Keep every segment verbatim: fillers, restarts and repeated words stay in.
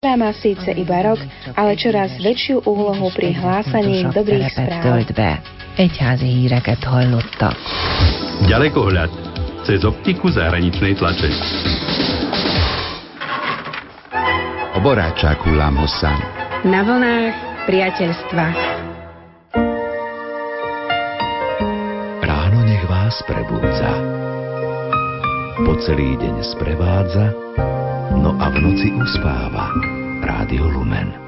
Sveta má síce iba rok, ale čoraz väčšiu úlohu pri hlásaní dobrých správ. Egyházi híreket hallottak. Ďalekohľad cez optiku zahraničnej tlače. A barátság hullámhosszán. Na vlnách priateľstva. Ráno nech vás prebudza. Po celý deň sprevádza, no a v noci uspáva. Rádio Lumen.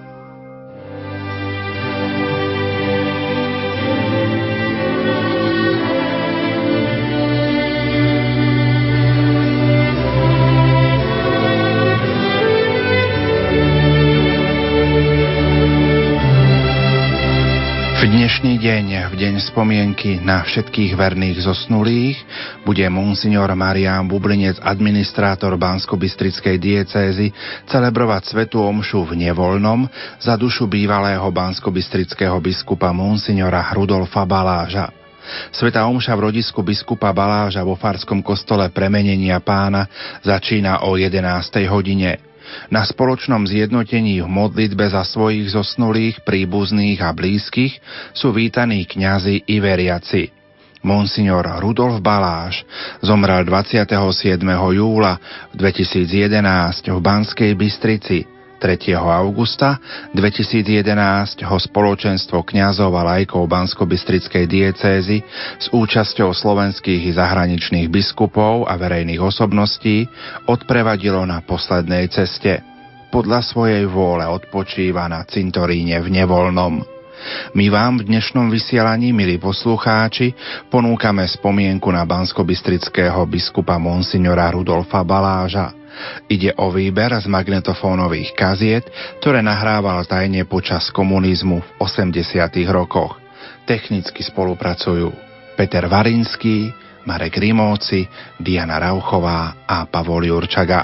V dnešný deň, v deň spomienky na všetkých verných zosnulých, bude monsignor Marián Bublinec, administrátor Banskobystrickej diecézy, celebrovať svätú omšu v Nevoľnom za dušu bývalého banskobystrického biskupa monsignora Rudolfa Baláža. Svätá omša v rodisku biskupa Baláža vo farskom kostole Premenenia Pána začína o jedenástej hodine. Na spoločnom zjednotení v modlitbe za svojich zosnulých, príbuzných a blízkych sú vítaní kňazi i veriaci. Monsignor Rudolf Baláž zomrel dvadsiateho siedmeho júla dvetisícjedenásť v Banskej Bystrici. tretieho augusta dvetisícjedenásť ho spoločenstvo kňazov a laikov Banskobystrickej diecézy s účasťou slovenských i zahraničných biskupov a verejných osobností odprevadilo na poslednej ceste. Podľa svojej vôle odpočíva na cintoríne v Nevoľnom. My vám v dnešnom vysielaní, milí poslucháči, ponúkame spomienku na banskobystrického biskupa monsignora Rudolfa Baláža. Ide o výber z magnetofónových kaziet, ktoré nahrával tajne počas komunizmu v osemdesiatych rokoch. Technicky spolupracujú Peter Varinský, Marek Rimóci, Diana Rauchová a Pavol Jurčaga.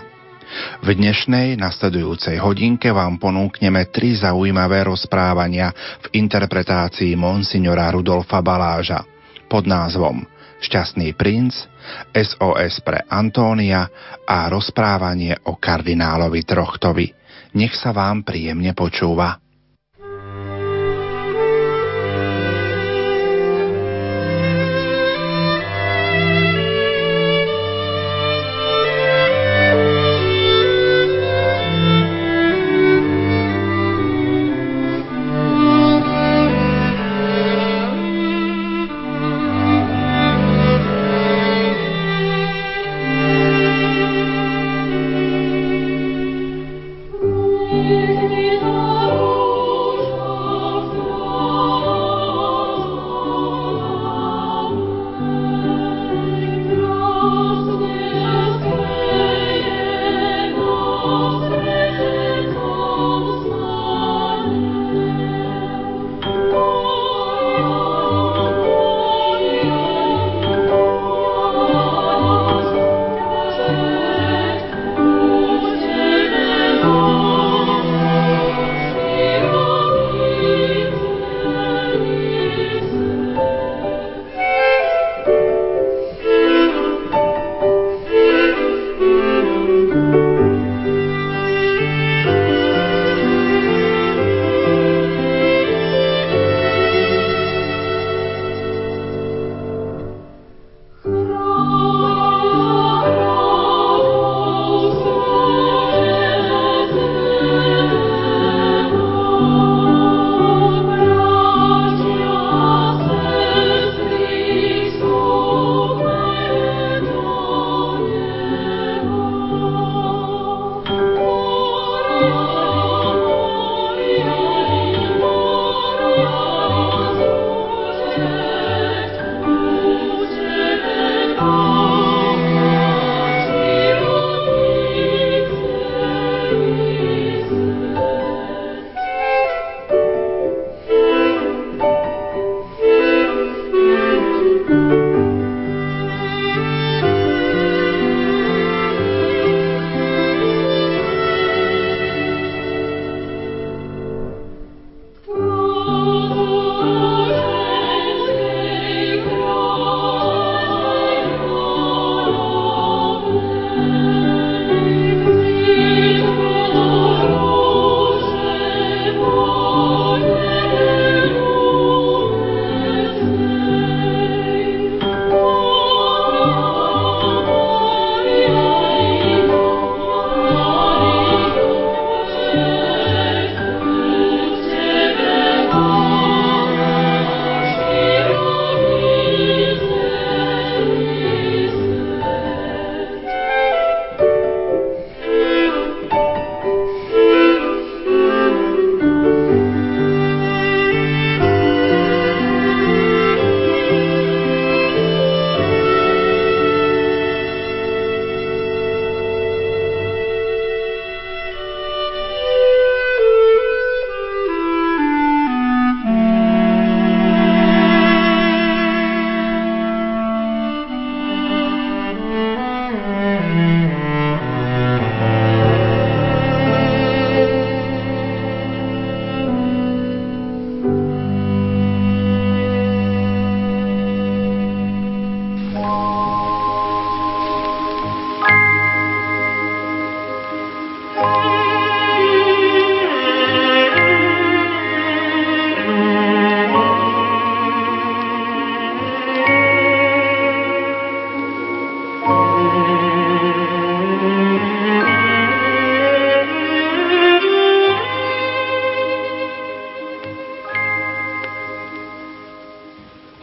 V dnešnej nasledujúcej hodinke vám ponúkneme tri zaujímavé rozprávania v interpretácii monsignora Rudolfa Baláža pod názvom Šťastný princ, es ó es pre Antónia a rozprávanie o kardinálovi Trochtovi. Nech sa vám príjemne počúva. Oh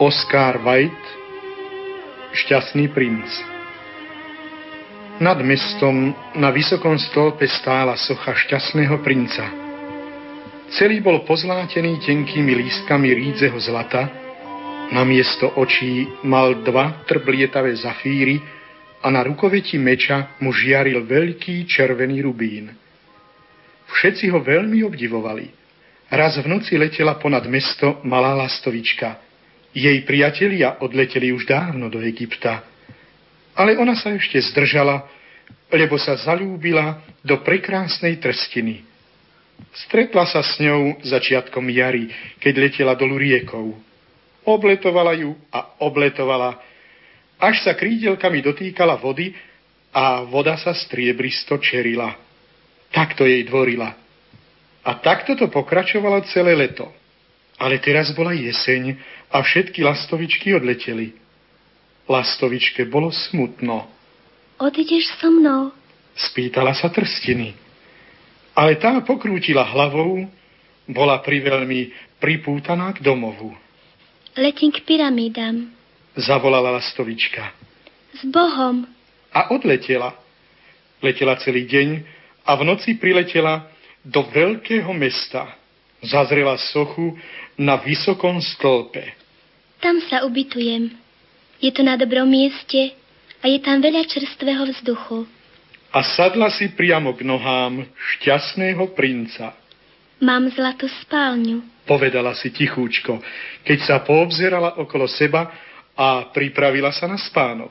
Oscar Wilde, Šťastný princ. Nad mestom na vysokom stĺpe stála socha šťastného princa. Celý bol pozlátený tenkými lístkami rídzeho zlata, namiesto očí mal dva trblietavé zafíry a na rukoveti meča mu žiaril veľký červený rubín. Všetci ho veľmi obdivovali. Raz v noci letela ponad mesto malá lastovička. Jej priatelia odleteli už dávno do Egypta. Ale ona sa ešte zdržala, lebo sa zaľúbila do prekrásnej trstiny. Stretla sa s ňou začiatkom jary, keď letela dolu riekou. Obletovala ju a obletovala, až sa krídelkami dotýkala vody a voda sa striebristo čerila. Takto jej dvorila. A takto to pokračovalo celé leto. Ale teraz bola jeseň a všetky lastovičky odleteli. Lastovičke bolo smutno. Odídeš so mnou? Spýtala sa trstiny. Ale tá pokrútila hlavou, bola priveľmi pripútaná k domovu. Letím k pyramídam. Zavolala lastovička. S Bohom. A odletela. Letela celý deň a v noci priletela do veľkého mesta. Zazrela sochu na vysokom stĺpe. Tam sa ubytujem. Je to na dobrom mieste a je tam veľa čerstvého vzduchu. A sadla si priamo k nohám šťastného princa. Mám zlatú spálňu, povedala si tichúčko, keď sa poobzerala okolo seba a pripravila sa na spánok.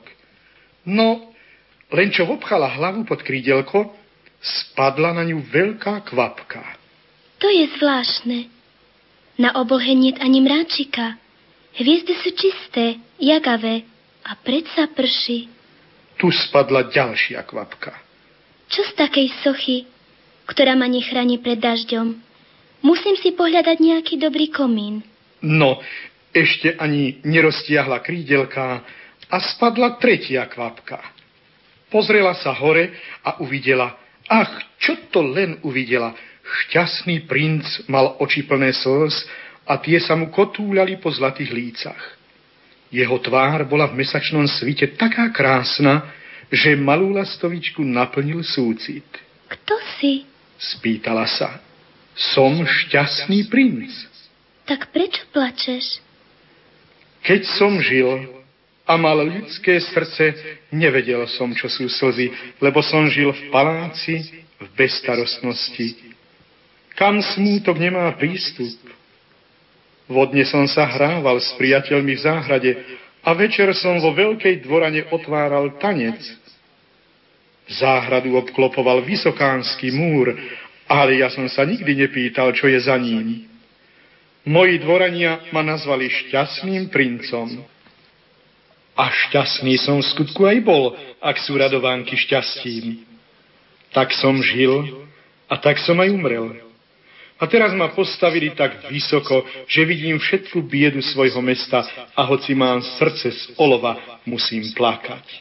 No, len čo vopchala hlavu pod krídelko, spadla na ňu veľká kvapka. To je zvláštne. Na oblohe niet ani mráčika. Hviezdy sú čisté, jagavé a predsa prší. Tu spadla ďalšia kvapka. Čo z takej sochy, ktorá ma nechráni pred dažďom? Musím si pohľadať nejaký dobrý komín. No, ešte ani neroztiahla krídelká a spadla tretia kvapka. Pozrela sa hore a uvidela, ach, čo to len uvidela, šťastný princ mal oči plné slz a tie sa mu kotúľali po zlatých lícach. Jeho tvár bola v mesačnom svite taká krásna, že malú lastovičku naplnil súcit. Kto si? Spýtala sa. Som šťastný princ. Tak prečo plačeš? Keď som žil a mal ľudské srdce, nevedel som, čo sú slzy, lebo som žil v paláci, v bezstarostnosti, kam smútok nemá prístup. Vodne som sa hrával s priateľmi v záhrade a večer som vo veľkej dvorane otváral tanec. Záhradu obklopoval vysokánsky múr, ale ja som sa nikdy nepýtal, čo je za ním. Moji dvorania ma nazvali šťastným princom. A šťastný som v skutku aj bol, ak sú radovánky šťastím. Tak som žil a tak som aj umrel. A teraz ma postavili tak vysoko, že vidím všetku biedu svojho mesta a hoci mám srdce z olova, musím plakať.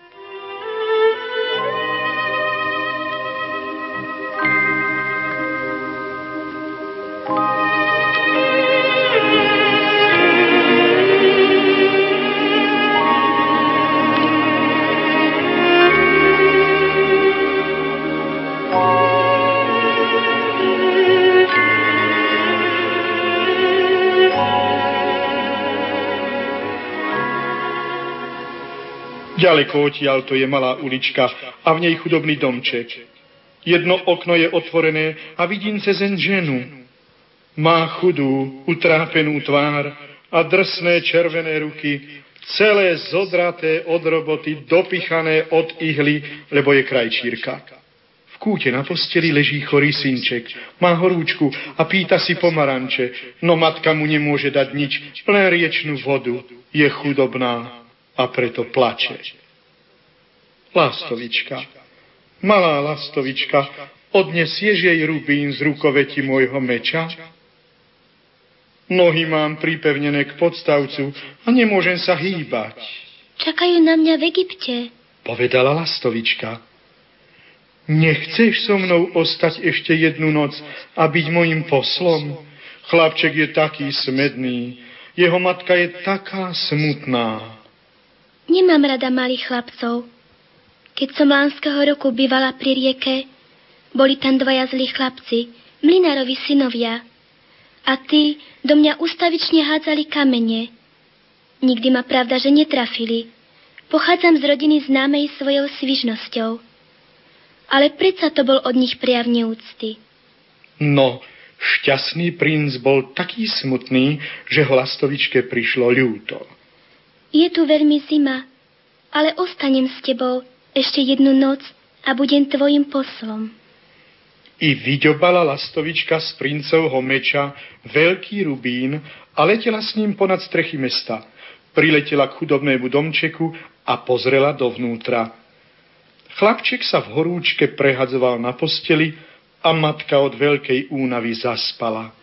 Ďaleko odtiaľ to je malá ulička a v nej chudobný domček. Jedno okno je otvorené a vidím cezen ženu. Má chudú, utrápenú tvár a drsné červené ruky, celé zodraté od roboty, dopichané od ihly, lebo je krajčírka. V kúte na posteli leží chorý synček, má horúčku a pýta si pomaranče, no matka mu nemôže dať nič, len riečnú vodu, je chudobná a preto plače. Lastovička, malá lastovička, odnesieš jej rubín z rukoveti môjho meča? Nohy mám pripevnené k podstavcu a nemôžem sa hýbať. Čakajú na mňa v Egypte, povedala lastovička. Nechceš so mnou ostať ešte jednu noc a byť mojim poslom? Chlapček je taký smedný. Jeho matka je taká smutná. Nemám rada malých chlapcov. Keď som lánskeho roku bývala pri rieke, boli tam dvaja zlí chlapci, mlynárovi synovia. A tí do mňa ustavične hádzali kamene. Nikdy ma pravda, že netrafili. Pochádzam z rodiny známej svojou svižnosťou. Ale predsa to bol od nich prejav neúcty. No, šťastný princ bol taký smutný, že ho Lastovičke prišlo ľúto. Je tu veľmi zima, ale ostanem s tebou ešte jednu noc a budem tvojim poslom. I vyďobala Lastovička z princovho meča veľký rubín a letela s ním ponad strechy mesta. Priletela k chudobnému domčeku a pozrela dovnútra. Chlapček sa v horúčke prehadzoval na posteli a matka od veľkej únavy zaspala.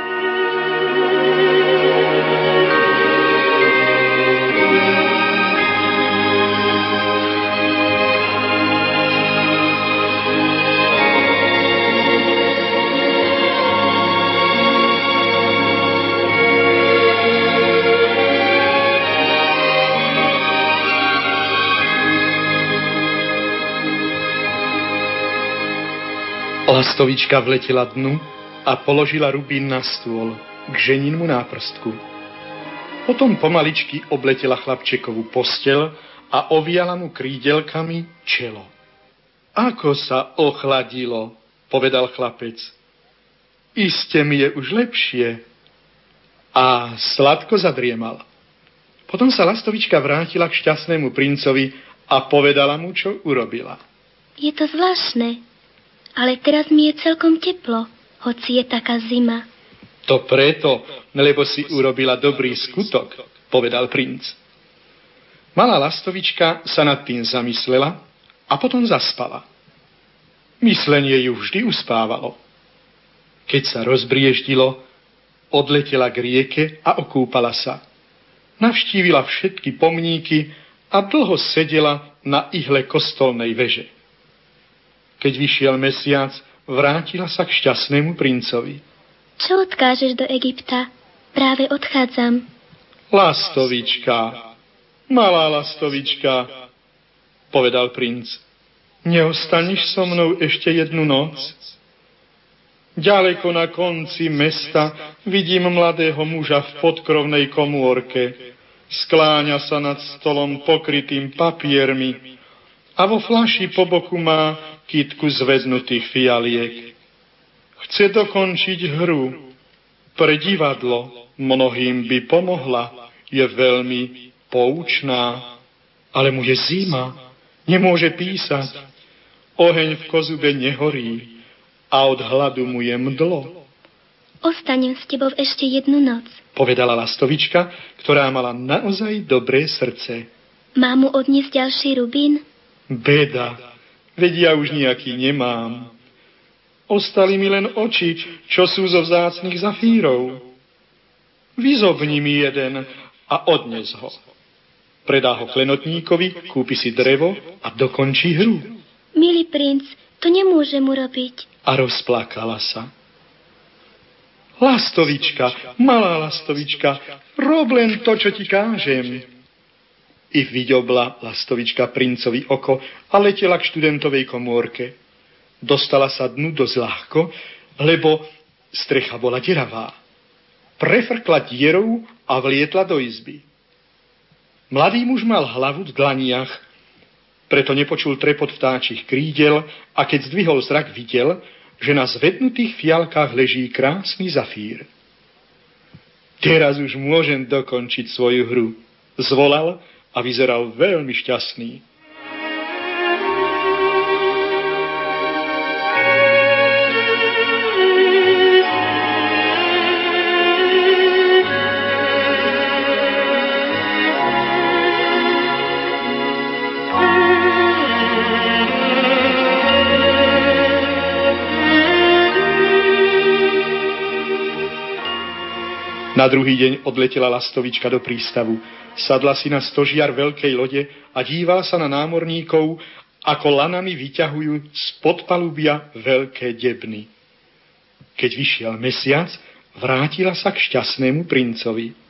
Lastovička vletela dnu a položila rubín na stôl k ženinmu náprstku. Potom pomaličky obletela chlapčekovú posteľ a oviala mu krídelkami čelo. Ako sa ochladilo, povedal chlapec. Iste mi je už lepšie. A sladko zadriemal. Potom sa Lastovička vrátila k šťastnému princovi a povedala mu, čo urobila. Je to zvláštne. Ale teraz mi je celkom teplo, hoci je taká zima. To preto, lebo si urobila dobrý skutok, povedal princ. Malá Lastovička sa nad tým zamyslela a potom zaspala. Myslenie ju vždy uspávalo. Keď sa rozbrieždilo, odletela k rieke a okúpala sa. Navštívila všetky pomníky a dlho sedela na ihle kostolnej veže. Keď vyšiel mesiac, vrátila sa k šťastnému princovi. Čo odkážeš do Egypta? Práve odchádzam. Lastovička, malá Lastovička, povedal princ. Neostaneš so mnou ešte jednu noc? Ďaleko na konci mesta vidím mladého muža v podkrovnej komórke. Skláňa sa nad stolom pokrytým papiermi a vo fľaši po boku má kytku zvednutých fialiek. Chce dokončiť hru. Pre divadlo mnohým by pomohla. Je veľmi poučná. Ale mu je zima. Nemôže písať. Oheň v kozube nehorí. A od hladu mu je mdlo. Ostanem s tebou ešte jednu noc, povedala Lastovička, ktorá mala naozaj dobré srdce. Mám mu odniesť ďalší rubín? Beda. Veď ja už nejaký nemám. Ostali mi len oči, čo sú zo vzácnych zafírov. Vyzobni mi jeden a odnes ho. Predá ho klenotníkovi, kúpi si drevo a dokončí hru. Milý princ, to nemôžem urobiť. A rozplakala sa. Lastovička, malá Lastovička, rob len to, čo ti kážem. I vyďobla Lastovička princovi oko a letela k študentovej komórke. Dostala sa dnu dosť ľahko, lebo strecha bola deravá. Prefrkla dierou a vlietla do izby. Mladý muž mal hlavu v dlaniach, preto nepočul trepot vtáčich krídel a keď zdvihol zrak, videl, že na zvednutých fialkách leží krásny zafír. Teraz už môžem dokončiť svoju hru, zvolal a vyzeral veľmi šťastný. Na druhý deň odletela Lastovička do prístavu. Sadla si na stožiar veľkej lode a dívala sa na námorníkov, ako lanami vyťahujú z podpalubia veľké debny. Keď vyšiel mesiac, vrátila sa k šťastnému princovi.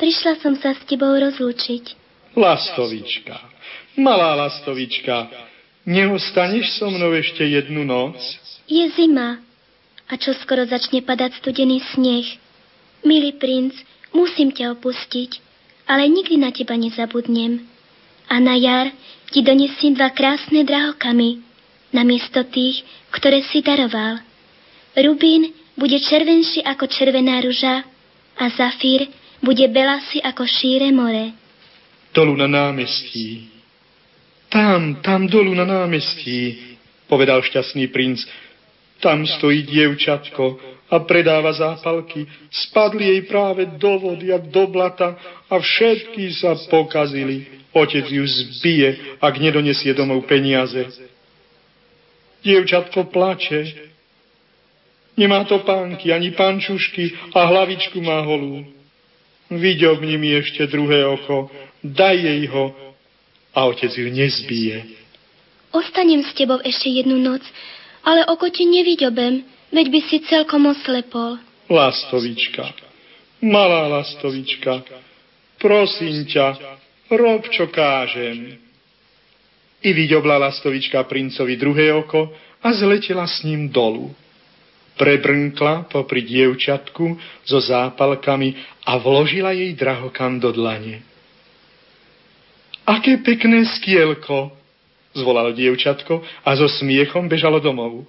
Prišla som sa s tebou rozlúčiť. Lastovička, malá lastovička, neostaneš so mnou ešte jednu noc? Je zima a čo skoro začne padať studený sneh. Milý princ, musím ťa opustiť, ale nikdy na teba nezabudnem. A na jar ti donesiem dva krásne drahokamy, namiesto tých, ktoré si daroval. Rubín bude červenší ako červená ruža a zafír bude belasý ako šíre more. Dolu na námestí. Tam, tam dolu na námestí, povedal šťastný princ. Tam stojí dievčatko a predáva zápalky. Spadli jej práve do vody a do blata a všetky sa pokazili. Otec ju zbije, ak nedonesie domov peniaze. Dievčatko plače. Nemá to pánky ani pančušky a hlavičku má holú. Vyďobni mi ešte druhé oko, daj jej ho a otec ju nezbije. Ostanem s tebou ešte jednu noc, ale oko ti nevyďobem, veď by si celkom oslepol. Lastovička, malá lastovička, prosím ťa, rob, čo kážem. I vyďobla lastovička princovi druhé oko a zletela s ním dolu. Prebrnkla popri dievčatku so zápalkami a vložila jej drahokam do dlane. Aké pekné skielko, zvolalo dievčatko a so smiechom bežalo domov.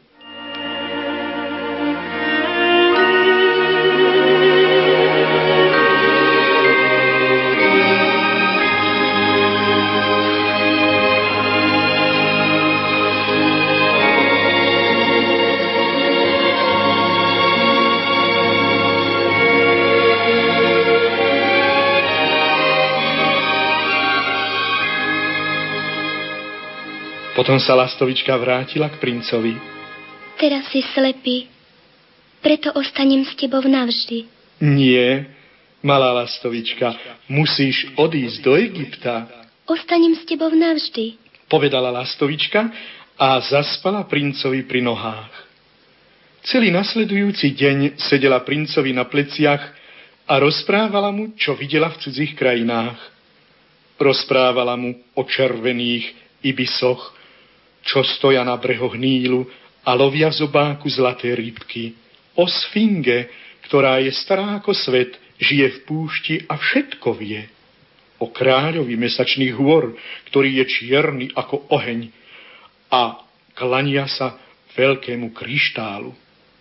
Potom sa lastovička vrátila k princovi. Teraz si slepý, preto ostanem s tebou navždy. Nie, malá lastovička, musíš odísť do Egypta. Ostanem s tebou navždy, povedala lastovička a zaspala princovi pri nohách. Celý nasledujúci deň sedela princovi na pleciach a rozprávala mu, čo videla v cudzích krajinách. Rozprávala mu o červených ibisoch, čo stoja na brehoch Nílu a lovia v zobáku zlaté rybky. O sfinge, ktorá je stará ako svet, žije v púšti a všetko vie. O kráľovi mesačných hôr, ktorý je čierny ako oheň a klania sa veľkému kryštálu.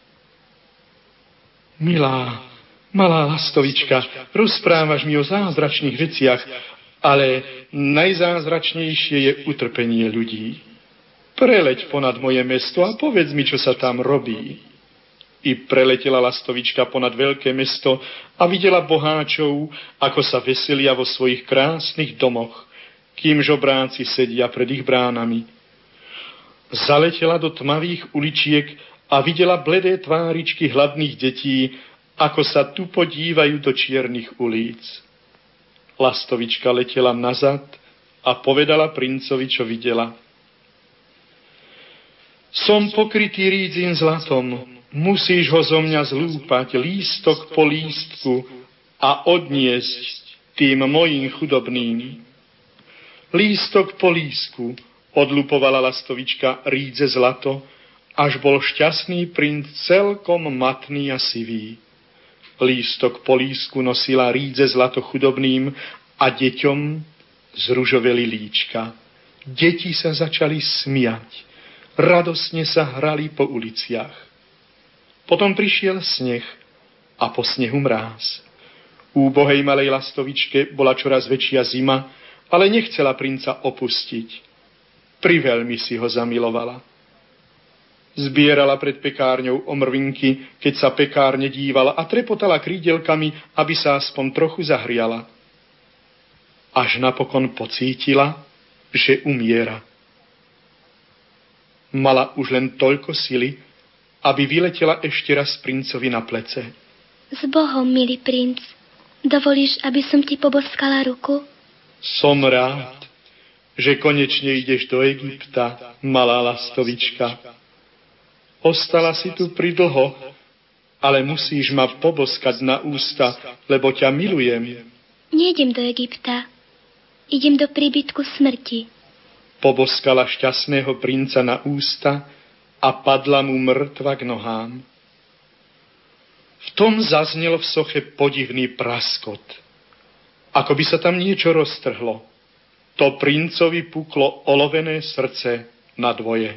Milá, malá lastovička, rozprávaš mi o zázračných veciach, ale najzázračnejšie je utrpenie ľudí. Preleď ponad moje mesto a povedz mi, čo sa tam robí. I preletela lastovička ponad veľké mesto a videla boháčov, ako sa veselia vo svojich krásnych domoch, kým žobráci sedia pred ich bránami. Zaletela do tmavých uličiek a videla bledé tváričky hladných detí, ako sa tu podívajú do čiernych ulíc. Lastovička letela nazad a povedala princovi, čo videla. Som pokrytý rídzim zlatom, musíš ho zo mňa zlúpať lístok po lístku a odniesť tým mojim chudobným. Lístok po lístku odlupovala lastovička rídze zlato, až bol šťastný princ celkom matný a sivý. Lístok po lístku nosila rídze zlato chudobným a deťom zružoveli líčka. Deti sa začali smiať. Radosne sa hrali po uliciach. Potom prišiel sneh a po snehu mráz. Úbohej malej lastovičke bola čoraz väčšia zima, ale nechcela princa opustiť. Priveľmi si ho zamilovala. Zbierala pred pekárňou omrvinky, keď sa pekárne dívala a trepotala krídelkami, aby sa aspoň trochu zahriala. Až napokon pocítila, že umiera. Mala už len toľko sily, aby vyletela ešte raz princovi na plece. S Bohom, milý princ, dovolíš, aby som ti poboskala ruku? Som rád, že konečne ideš do Egypta, malá lastovička. Ostala si tu pridlho, ale musíš ma poboskať na ústa, lebo ťa milujem. Nejdem do Egypta. Idem do príbytku smrti. Poboskala šťastného princa na ústa a padla mu mŕtva k nohám. V tom zaznel v soche podivný praskot. Ako by sa tam niečo roztrhlo. To princovi puklo olovené srdce na dvoje.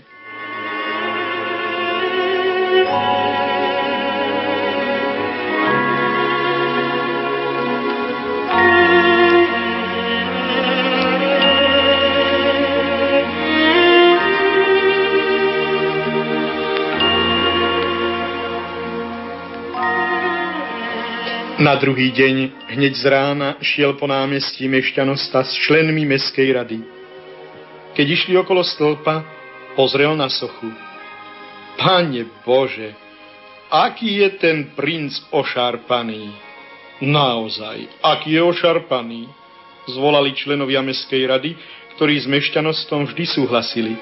Na druhý deň, hneď z rána, šiel po námestí mešťanosta s členmi mestskej rady. Keď išli okolo stĺpa, pozrel na sochu. Pane Bože, aký je ten princ ošarpaný. Naozaj, aký je ošarpaný, zvolali členovia mestskej rady, ktorí s mešťanostom vždy súhlasili.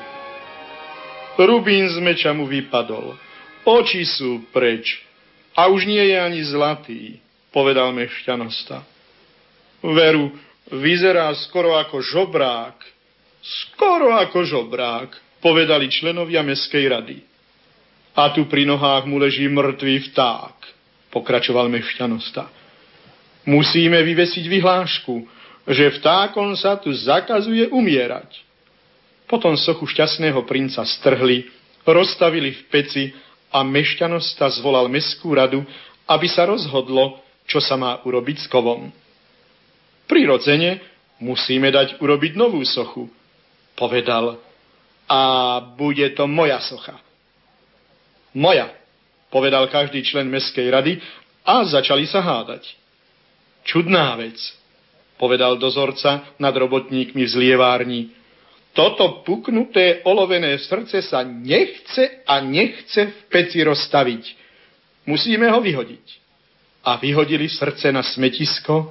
Rubín z meča mu vypadol, oči sú preč a už nie je ani zlatý, povedal mešťanosta. Veru, vyzerá skoro ako žobrák. Skoro ako žobrák, povedali členovia mestskej rady. A tu pri nohách mu leží mŕtvý vták, pokračoval mešťanosta. Musíme vyvesiť vyhlášku, že vtákom sa tu zakazuje umierať. Potom sochu šťastného princa strhli, rozstavili v peci a mešťanosta zvolal mestskú radu, aby sa rozhodlo, čo sa má urobiť s kovom. Prirodzene musíme dať urobiť novú sochu, povedal, a bude to moja socha. Moja, povedal každý člen mestskej rady a začali sa hádať. Čudná vec, povedal dozorca nad robotníkmi v zlievárni. Toto puknuté olovené srdce sa nechce a nechce v peci rozstaviť. Musíme ho vyhodiť. A vyhodili srdce na smetisko,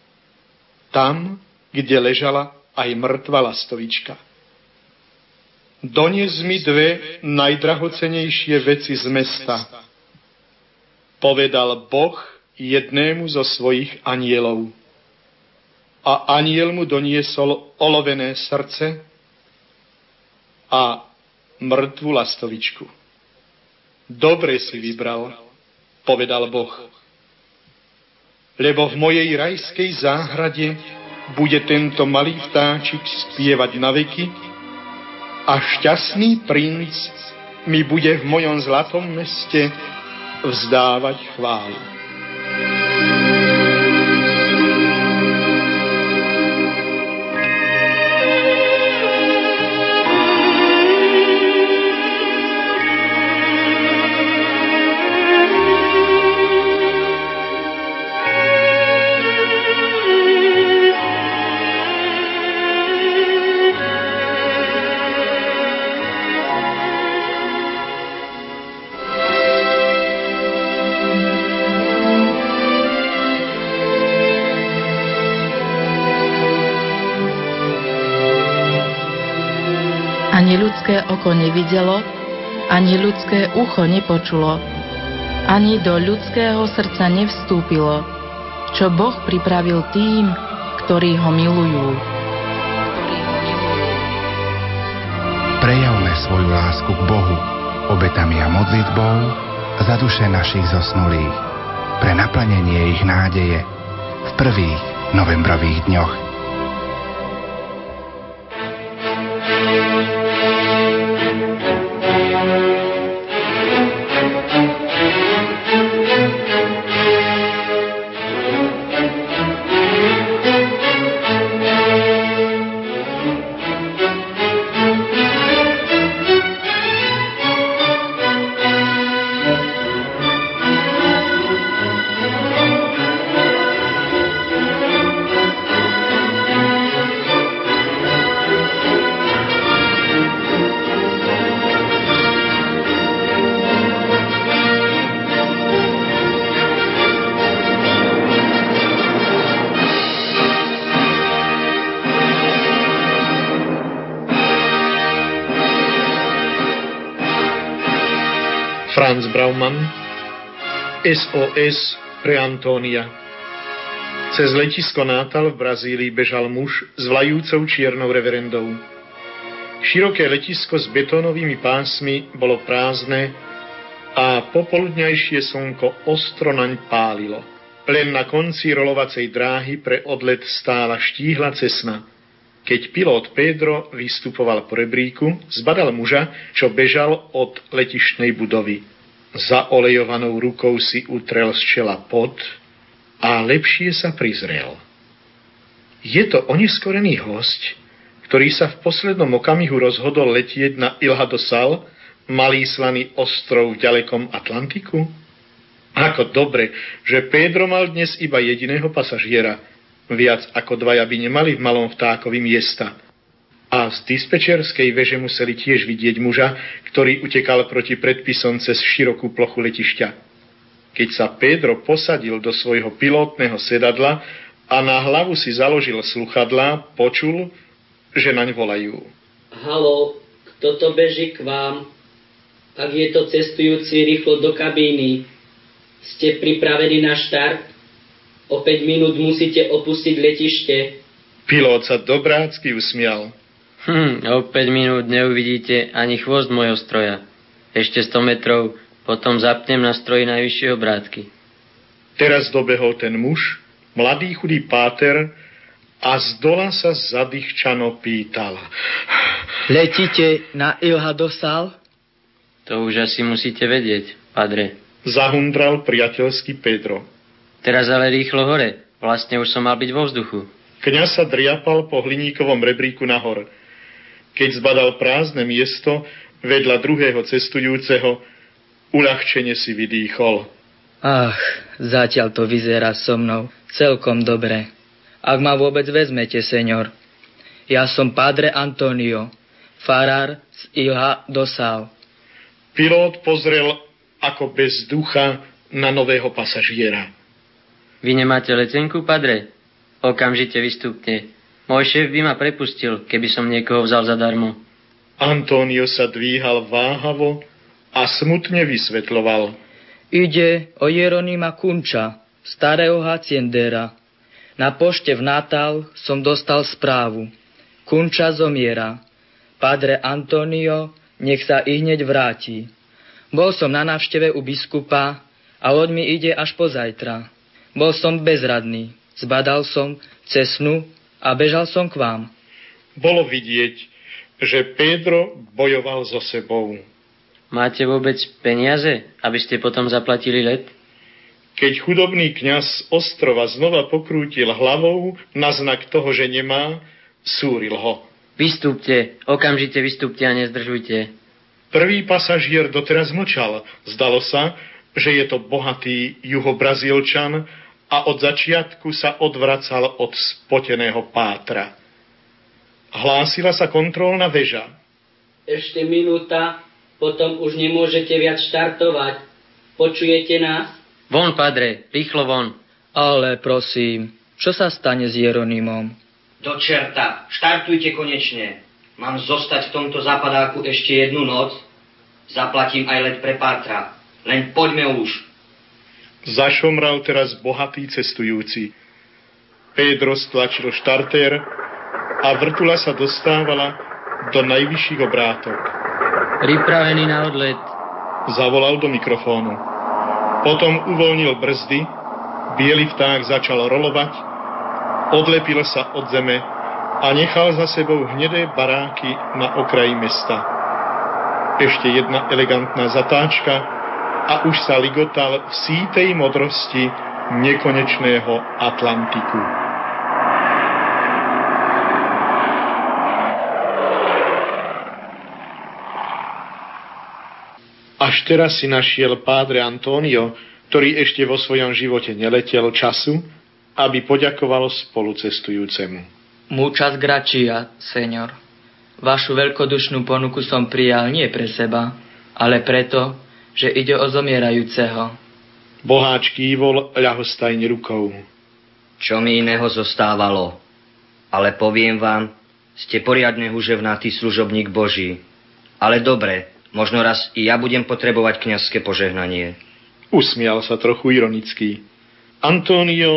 tam, kde ležala aj mŕtva lastovička. Donies mi dve najdrahocenejšie veci z mesta, povedal Boh jednému zo svojich anielov. A aniel mu doniesol olovené srdce a mŕtvu lastovičku. Dobre si vybral, povedal Boh. Lebo v mojej rajskej záhrade bude tento malý vtáčik spievať na veky a šťastný princ mi bude v mojom zlatom meste vzdávať chválu. Ani ľudské oko nevidelo, ani ľudské ucho nepočulo, ani do ľudského srdca nevstúpilo, čo Boh pripravil tým, ktorí ho milujú. Prejavme svoju lásku k Bohu obetami a modlitbou za duše našich zosnulých, pre naplnenie ich nádeje v prvých novembrových dňoch. Franz Braumann, es o es pre Antónia. Cez letisko Natal v Brazílii bežal muž s vlajúcou čiernou reverendou. Široké letisko s betónovými pásmi bolo prázdne a popoludňajšie slnko ostro naň pálilo. Len na konci rolovacej dráhy pre odlet stála štíhla cesna. Keď pilot Pedro vystupoval po rebríku, zbadal muža, čo bežal od letištnej budovy. Zaolejovanou rukou si utrel z čela pot a lepšie sa prizrel. Je to oneskorený hosť, ktorý sa v poslednom okamihu rozhodol letieť na Ilha do Sal, malý slaný ostrov v ďalekom Atlantiku? Ako dobre, že Pedro mal dnes iba jediného pasažiera. Viac ako dvaja by nemali v malom vtákovi miesta. A z dispečerskej veže museli tiež vidieť muža, ktorý utekal proti predpisom cez širokú plochu letišťa. Keď sa Pedro posadil do svojho pilotného sedadla a na hlavu si založil sluchadlá, počul, že naň volajú. Haló, kto to beží k vám? Ak je to cestujúci, rýchlo do kabíny. Ste pripravení na štart? O päť minút musíte opustiť letište. Pilot sa dobrácky usmial. Hm, o päť minút neuvidíte ani chvost môjho stroja. Ešte sto metrov, potom zapnem na stroji najvyššie obrátky. Teraz dobehol ten muž, mladý chudý páter, a z dola sa zadýchčano pýtal. Letíte na Ilha do Sal? To už asi musíte vedieť, padre. Zahundral priateľský Pedro. Teraz ale rýchlo hore, vlastne už som mal byť vo vzduchu. Kňaz sa driapal po hliníkovom rebríku nahor. Keď zbadal prázdne miesto vedľa druhého cestujúceho, uľahčene si vydýchol. Ach, zatiaľ to vyzerá so mnou celkom dobre. Ak ma vôbec vezmete, seňor. Ja som Padre Antonio, farár z Ilha do Sal. Pilot pozrel ako bez ducha na nového pasažiera. Vy nemáte letenku, padre? Okamžite vystúpte. Môj šéf by ma prepustil, keby som niekoho vzal zadarmo. Antonio sa dvíhal váhavo a smutne vysvetľoval. Ide o Jeronima Kunča, starého haciendera. Na pošte v Natal som dostal správu. Kunča zomiera. Padre Antonio nech sa i hneď vráti. Bol som na návšteve u biskupa a loď mi ide až pozajtra. Bol som bezradný. Zbadal som cesnu a bežal som k vám. Bolo vidieť, že Pedro bojoval so sebou. Máte vôbec peniaze, aby ste potom zaplatili let? Keď chudobný kňaz z ostrova znova pokrútil hlavou na znak toho, že nemá, súril ho. Vystúpte, okamžite vystúpte a nezdržujte. Prvý pasažier doteraz mlčal. Zdalo sa, že je to bohatý juhobrazílčan a od začiatku sa odvracal od spoteného pátra. Hlásila sa kontrolná väža. Ešte minúta, potom už nemôžete viac štartovať. Počujete nás? Von, padre, rýchlo von. Ale prosím, čo sa stane s Jeronimom? Do čerta, štartujte konečne. Mám zostať v tomto zapadáku ešte jednu noc. Zaplatím aj let pre pátra. Len poďme už. Zašomral teraz bohatý cestujúci. Pedro stlačil štartér a vrtula sa dostávala do najvyšších obrátok. Pripravený na odlet. Zavolal do mikrofónu. Potom uvoľnil brzdy, biely vták začal rolovať, odlepil sa od zeme a nechal za sebou hnedé baráky na okraji mesta. Ešte jedna elegantná zatáčka a už sa ligotal v sítej modrosti nekonečného Atlantiku. Až teraz si našiel Padre Antonio, ktorý ešte vo svojom živote neletel, času, aby poďakoval spolucestujúcemu. Muchas gracias, señor. Vašu veľkodušnú ponuku som prijal nie pre seba, ale preto, že ide o zomierajúceho. Boháč kývol ľahostajne rukou. Čo mi iného zostávalo? Ale poviem vám, ste poriadne huževnatý služobník Boží. Ale dobre, možno raz i ja budem potrebovať kňazské požehnanie. Usmial sa trochu ironicky. Antonio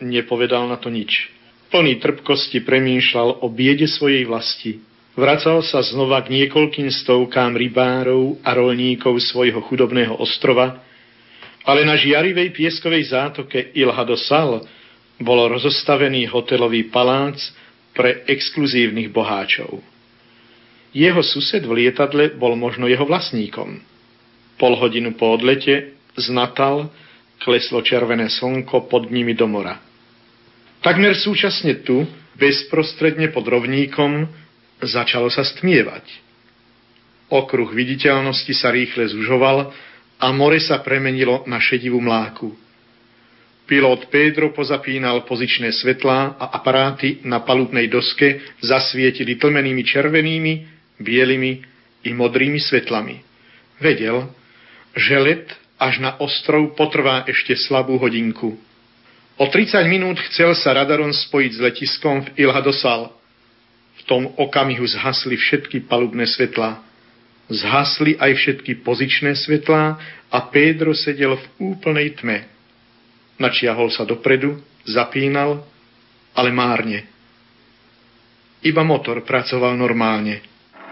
nepovedal na to nič. Plný trpkosti premýšľal o biede svojej vlasti. Vracal sa znova k niekoľkým stovkám rybárov a roľníkov svojho chudobného ostrova, ale na žiarivej pieskovej zátoke Ilha do Sal bol rozostavený hotelový palác pre exkluzívnych boháčov. Jeho sused v lietadle bol možno jeho vlastníkom. Pol hodinu po odlete z Natal kleslo červené slnko pod nimi do mora. Takmer súčasne tu, bezprostredne pod rovníkom, začalo sa stmievať. Okruh viditeľnosti sa rýchle zužoval a more sa premenilo na šedivú mláku. Pilot Pedro pozapínal pozičné svetlá a aparáty na palubnej doske zasvietili tlmenými červenými, bielými i modrými svetlami. Vedel, že let až na ostrov potrvá ešte slabú hodinku. O tridsať minút chcel sa radarom spojiť s letiskom v Ilha do Sal. V tom okamihu zhasli všetky palubné svetlá. Zhasli aj všetky pozičné svetlá a Pedro sedel v úplnej tme. Načiahol sa dopredu, zapínal, ale márne. Iba motor pracoval normálne.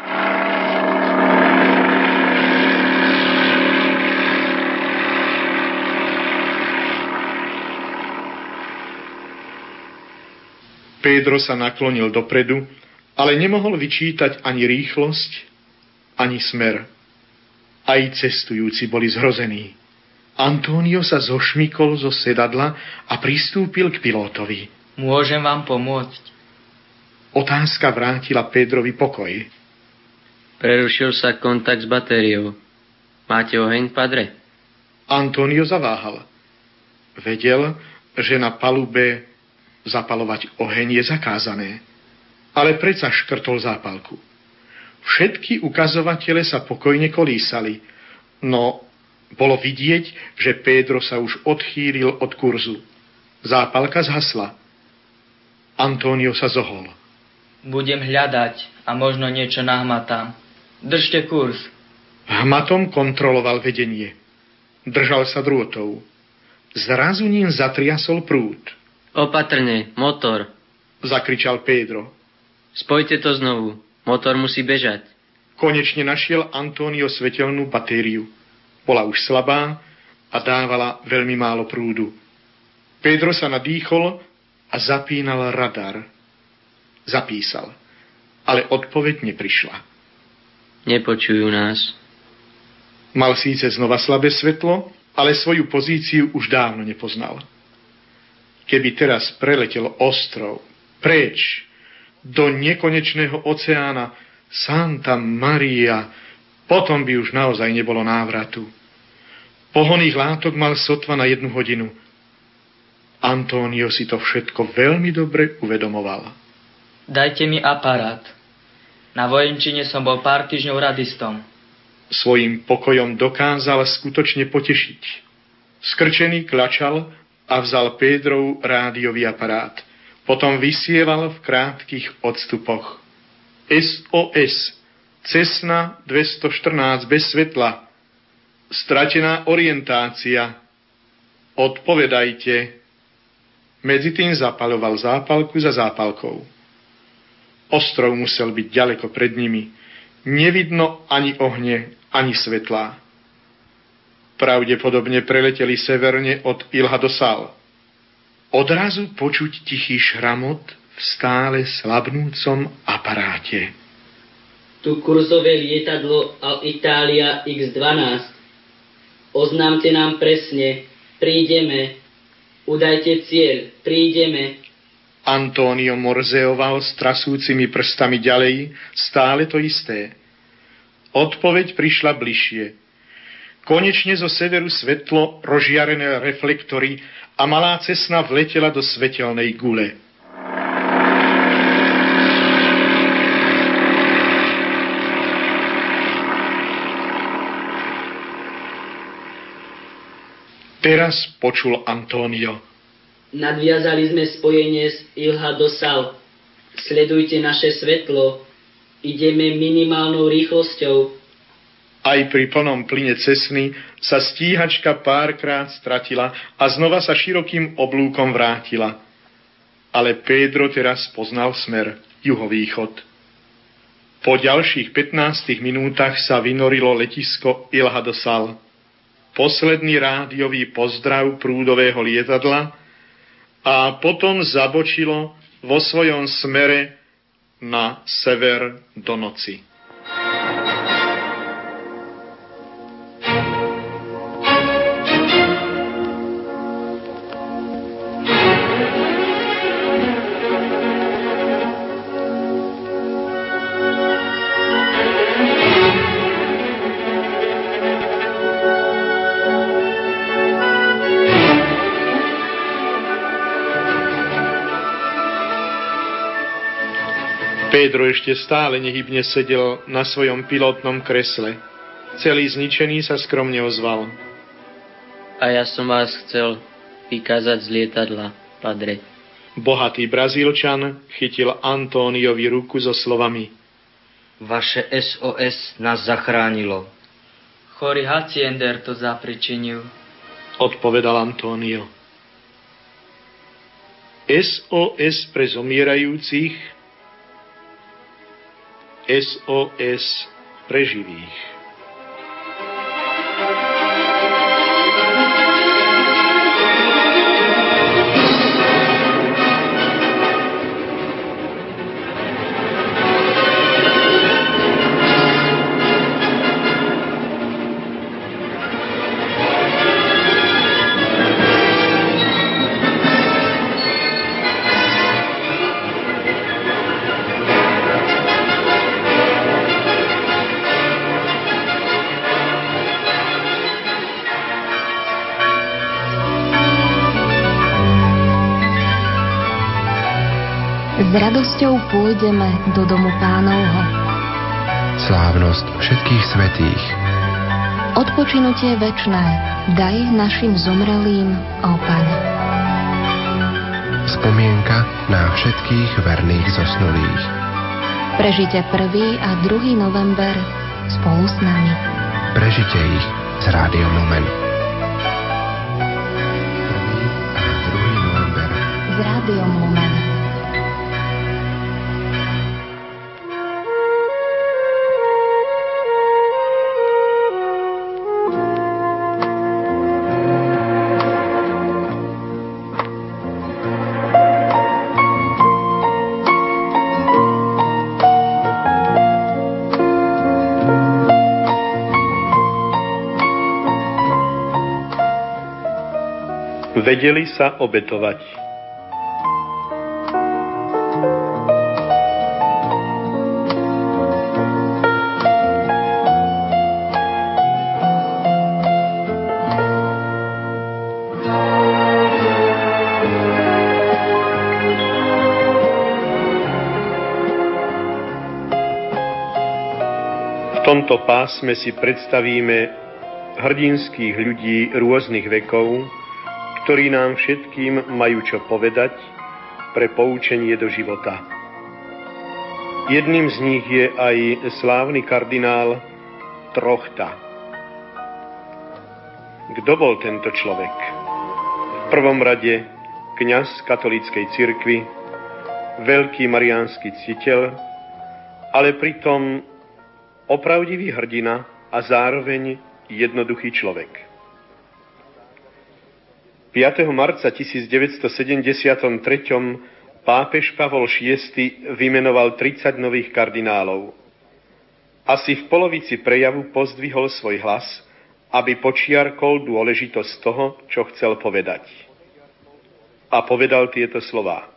Pedro sa naklonil dopredu, ale nemohol vyčítať ani rýchlosť, ani smer. Aj cestujúci boli zhrození. Antonio sa zošmykol zo sedadla a pristúpil k pilotovi. Môžem vám pomôcť? Otázka vrátila Pedrovi pokoj. Prerušil sa kontakt s batériou. Máte oheň, padre? Antonio zaváhal. Vedel, že na palube zapalovať oheň je zakázané, ale predsa škrtol zápalku. Všetky ukazovatele sa pokojne kolísali, no bolo vidieť, že Pedro sa už odchýlil od kurzu. Zápalka zhasla. Antonio sa zohol. Budem hľadať a možno niečo nahmatám. Držte kurz. Hmatom kontroloval vedenie. Držal sa drôtov. Zrazu ním zatriasol prúd. Opatrne, motor, zakričal Pedro. Spojte to znovu, motor musí bežať. Konečne našiel Antonio svetelnú batériu. Bola už slabá a dávala veľmi málo prúdu. Pedro sa nadýchol a zapínal radar. Zapísal, ale odpoveď neprišla. Nepočujú nás. Mal síce znova slabé svetlo, ale svoju pozíciu už dávno nepoznal. Keby teraz preletel ostrov, preč, do nekonečného oceána Santa Maria, potom by už naozaj nebolo návratu. Pohonných látok mal sotva na jednu hodinu. Antonio si to všetko veľmi dobre uvedomoval. Dajte mi aparát. Na vojenčine som bol pár týždňov radistom. Svojím pokojom dokázal skutočne potešiť. Skrčený klačal a vzal Pedrov rádiový aparát. Potom vysieval v krátkych odstupoch. es o es. Cessna dvestoštrnásť bez svetla. Stratená orientácia. Odpovedajte. Medzi tým zapaľoval zápalku za zápalkou. Ostrov musel byť ďaleko pred nimi. Nevidno ani ohne, ani svetlá. Pravdepodobne preleteli severne od Ilha do Sal. Odrazu počuť tichý šramot v stále slabnúcom aparáte. Tu kurzové lietadlo Alitalia iks dvanásť. Oznámte nám presne. Prídeme. Udajte cieľ. Prídeme. Antonio morzeoval s trasúcimi prstami ďalej, stále to isté. Odpoveď prišla bližšie. Konečne zo severu svetlo, rozžiarené reflektory a malá Cessna vletela do svetelnej gule. Teraz počul Antonio. Nadviazali sme spojenie z Ilha do Sal. Sledujte naše svetlo. Ideme minimálnou rýchlosťou. Aj pri plnom plyne cesny sa stíhačka párkrát stratila a znova sa širokým oblúkom vrátila. Ale Pédro teraz poznal smer juhovýchod. Po ďalších pätnástich minútach sa vynorilo letisko Ilha do Sal. Posledný rádiový pozdrav prúdového lietadla a potom zabočilo vo svojom smere na sever do noci. Pédro ešte stále nehybne sedel na svojom pilotnom kresle. Celý zničený sa skromne ozval. A ja som vás chcel vykázať z lietadla, padre. Bohatý Brazílčan chytil Antóniovi ruku so slovami: Vaše es o es nás zachránilo. Chorý haciender to zapričinil, odpovedal António. es o es pre zomierajúcich, es o es pre živých. S radosťou pôjdeme do domu Pánovho. Slávnosť všetkých svätých. Odpočinutie večné daj našim zomrelým, ó Pane. Spomienka na všetkých verných zosnulých. Prežite prvý a druhý november spolu s nami. Prežite ich s Rádiom Lumen. Prvý a druhý november s Rádiom Lumen. Vedeli sa obetovať. V tomto pásme si predstavíme hrdinských ľudí rôznych vekov, ktorí nám všetkým majú čo povedať pre poučenie do života. Jedným z nich je aj slávny kardinál Trochta. Kto bol tento človek? V prvom rade kňaz katolíckej cirkvi, veľký mariánsky ctiteľ, ale pritom opravdivý hrdina a zároveň jednoduchý človek. piateho marca tisícdeväťstosedemdesiattri pápež Pavol šiesty vymenoval tridsať nových kardinálov. Asi v polovici prejavu pozdvihol svoj hlas, aby počiarkol dôležitosť toho, čo chcel povedať. A povedal tieto slová.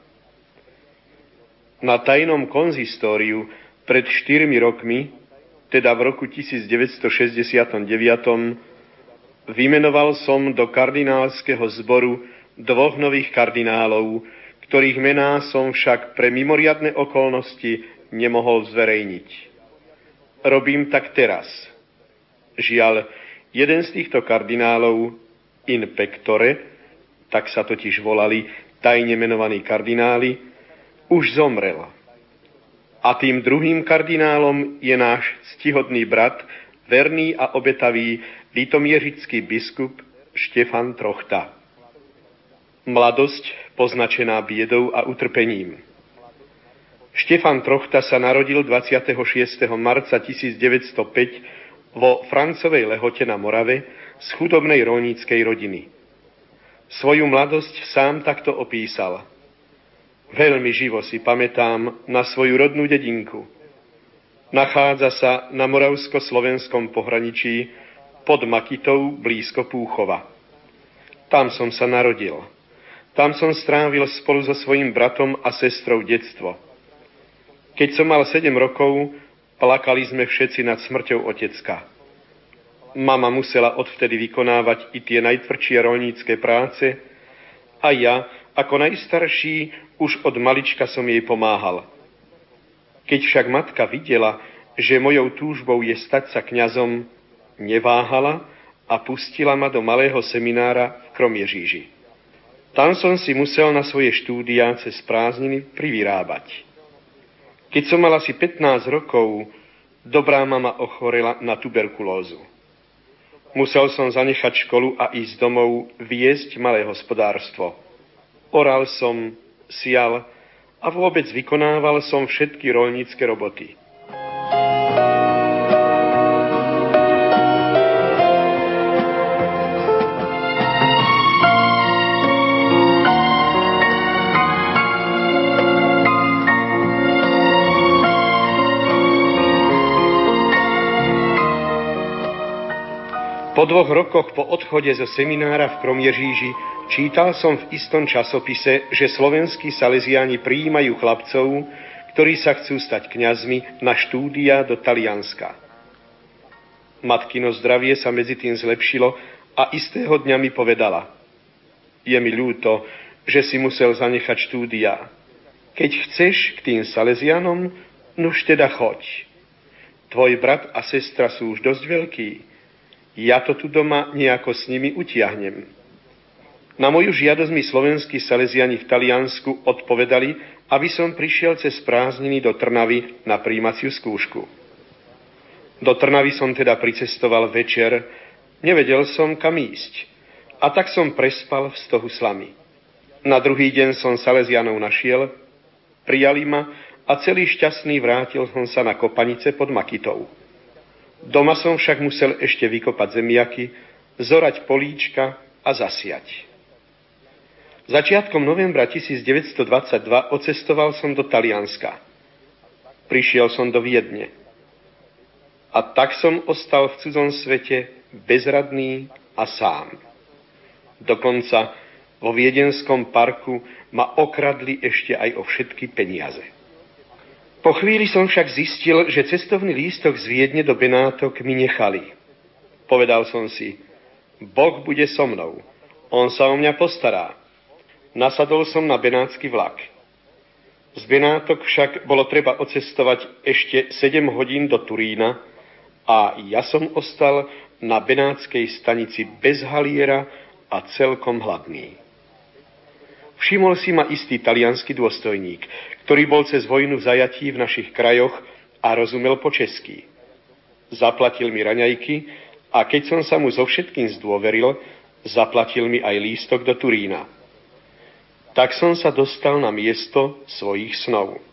Na tajnom konzistóriu pred štyrmi rokmi, teda v roku tisícdeväťstošesťdesiatdeväť, vymenoval som do kardinálskeho zboru dvoch nových kardinálov, ktorých mená som však pre mimoriadne okolnosti nemohol zverejniť. Robím tak teraz. Žiaľ, jeden z týchto kardinálov, in pectore, tak sa totiž volali tajne menovaní kardináli, už zomrel. A tým druhým kardinálom je náš ctihodný brat, verný a obetavý litomierický biskup Štefan Trochta. Mladosť poznačená biedou a utrpením. Štefan Trochta sa narodil dvadsiateho šiesteho marca tisícdeväťstopäť vo Francovej Lehote na Morave z chudobnej rolníckej rodiny. Svoju mladosť sám takto opísal. Veľmi živo si pamätám na svoju rodnú dedinku. Nachádza sa na moravsko-slovenskom pohraničí pod Makitou blízko Púchova. Tam som sa narodil. Tam som strávil spolu so svojím bratom a sestrou detstvo. Keď som mal sedem rokov, plakali sme všetci nad smrťou otecka. Mama musela odvtedy vykonávať i tie najtvrdšie roľnícke práce a ja, ako najstarší, už od malička som jej pomáhal. Keď však matka videla, že mojou túžbou je stať sa kňazom, neváhala a pustila ma do malého seminára v Kromježíži. Tam som si musel na svoje štúdia cez prázdniny privyrábať. Keď som mal asi pätnásť rokov, dobrá mama ochorela na tuberkulózu. Musel som zanechať školu a ísť domov viesť malé hospodárstvo. Oral som, sial a vôbec vykonával som všetky roľnícke roboty. Po dvoch rokoch po odchode zo seminára v Kromježíži čítal som v istom časopise, že slovenskí saleziáni prijímajú chlapcov, ktorí sa chcú stať kňazmi, na štúdia do Talianska. Matkino zdravie sa medzi tým zlepšilo a istého dňa mi povedala: je mi ľúto, že si musel zanechať štúdia. Keď chceš k tým salezianom, nuž teda choď. Tvoj brat a sestra sú už dosť veľkí. Ja to tu doma nejako s nimi utiahnem. Na moju žiadosť mi slovenskí saleziani v Taliansku odpovedali, aby som prišiel cez prázdniny do Trnavy na prijímaciu skúšku. Do Trnavy som teda pricestoval večer, nevedel som kam ísť, a tak som prespal v stohu slamy. Na druhý deň som salezianov našiel, prijali ma a celý šťastný vrátil som sa na kopanice pod Makitou. Doma som však musel ešte vykopať zemiaky, zorať políčka a zasiať. Začiatkom novembra tisícdeväťstodvadsaťdva odcestoval som do Talianska. Prišiel som do Viedne. A tak som ostal v cudzom svete bezradný a sám. Dokonca vo viedenskom parku ma okradli ešte aj o všetky peniaze. Po chvíli som však zistil, že cestovný lístok z Viedne do Benátok mi nechali. Povedal som si: Boh bude so mnou, on sa o mňa postará. Nasadol som na benátsky vlak. Z Benátok však bolo treba odcestovať ešte sedem hodín do Turína a ja som ostal na benátskej stanici bez haliera a celkom hladný. Všimol si ma istý taliansky dôstojník, ktorý bol cez vojnu v zajatí v našich krajoch a rozumel po česky. Zaplatil mi raňajky a keď som sa mu so všetkým zdôveril, zaplatil mi aj lístok do Turína. Tak som sa dostal na miesto svojich snov.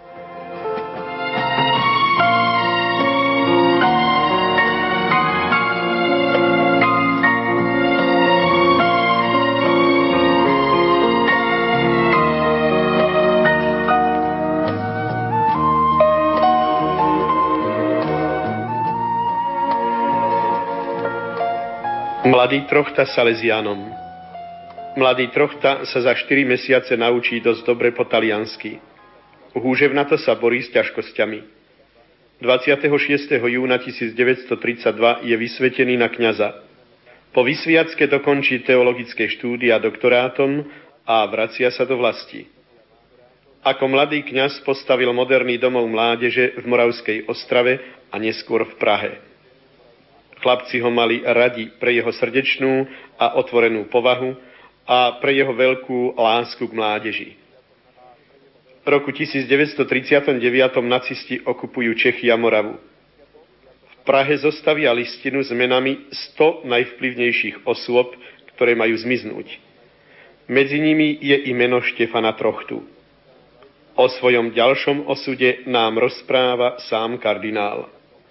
Mladý Trochta Salesianom. Mladý Trochta sa za štyri mesiace naučí dosť dobre po taliansky. Húževnato sa borí s ťažkosťami. dvadsiateho šiesteho júna tisícdeväťstotridsaťdva je vysvetený na kňaza. Po vysviacke dokončí teologické štúdia doktorátom a vracia sa do vlasti. Ako mladý kňaz postavil moderný domov mládeže v Moravskej Ostrave a neskôr v Prahe. Chlapci ho mali radi pre jeho srdečnú a otvorenú povahu a pre jeho veľkú lásku k mládeži. V roku tisícdeväťstotridsiatdeväť nacisti okupujú Čechy a Moravu. V Prahe zostavia listinu s menami sto najvplyvnejších osôb, ktoré majú zmiznúť. Medzi nimi je i meno Štefana Trochtu. O svojom ďalšom osude nám rozpráva sám kardinál.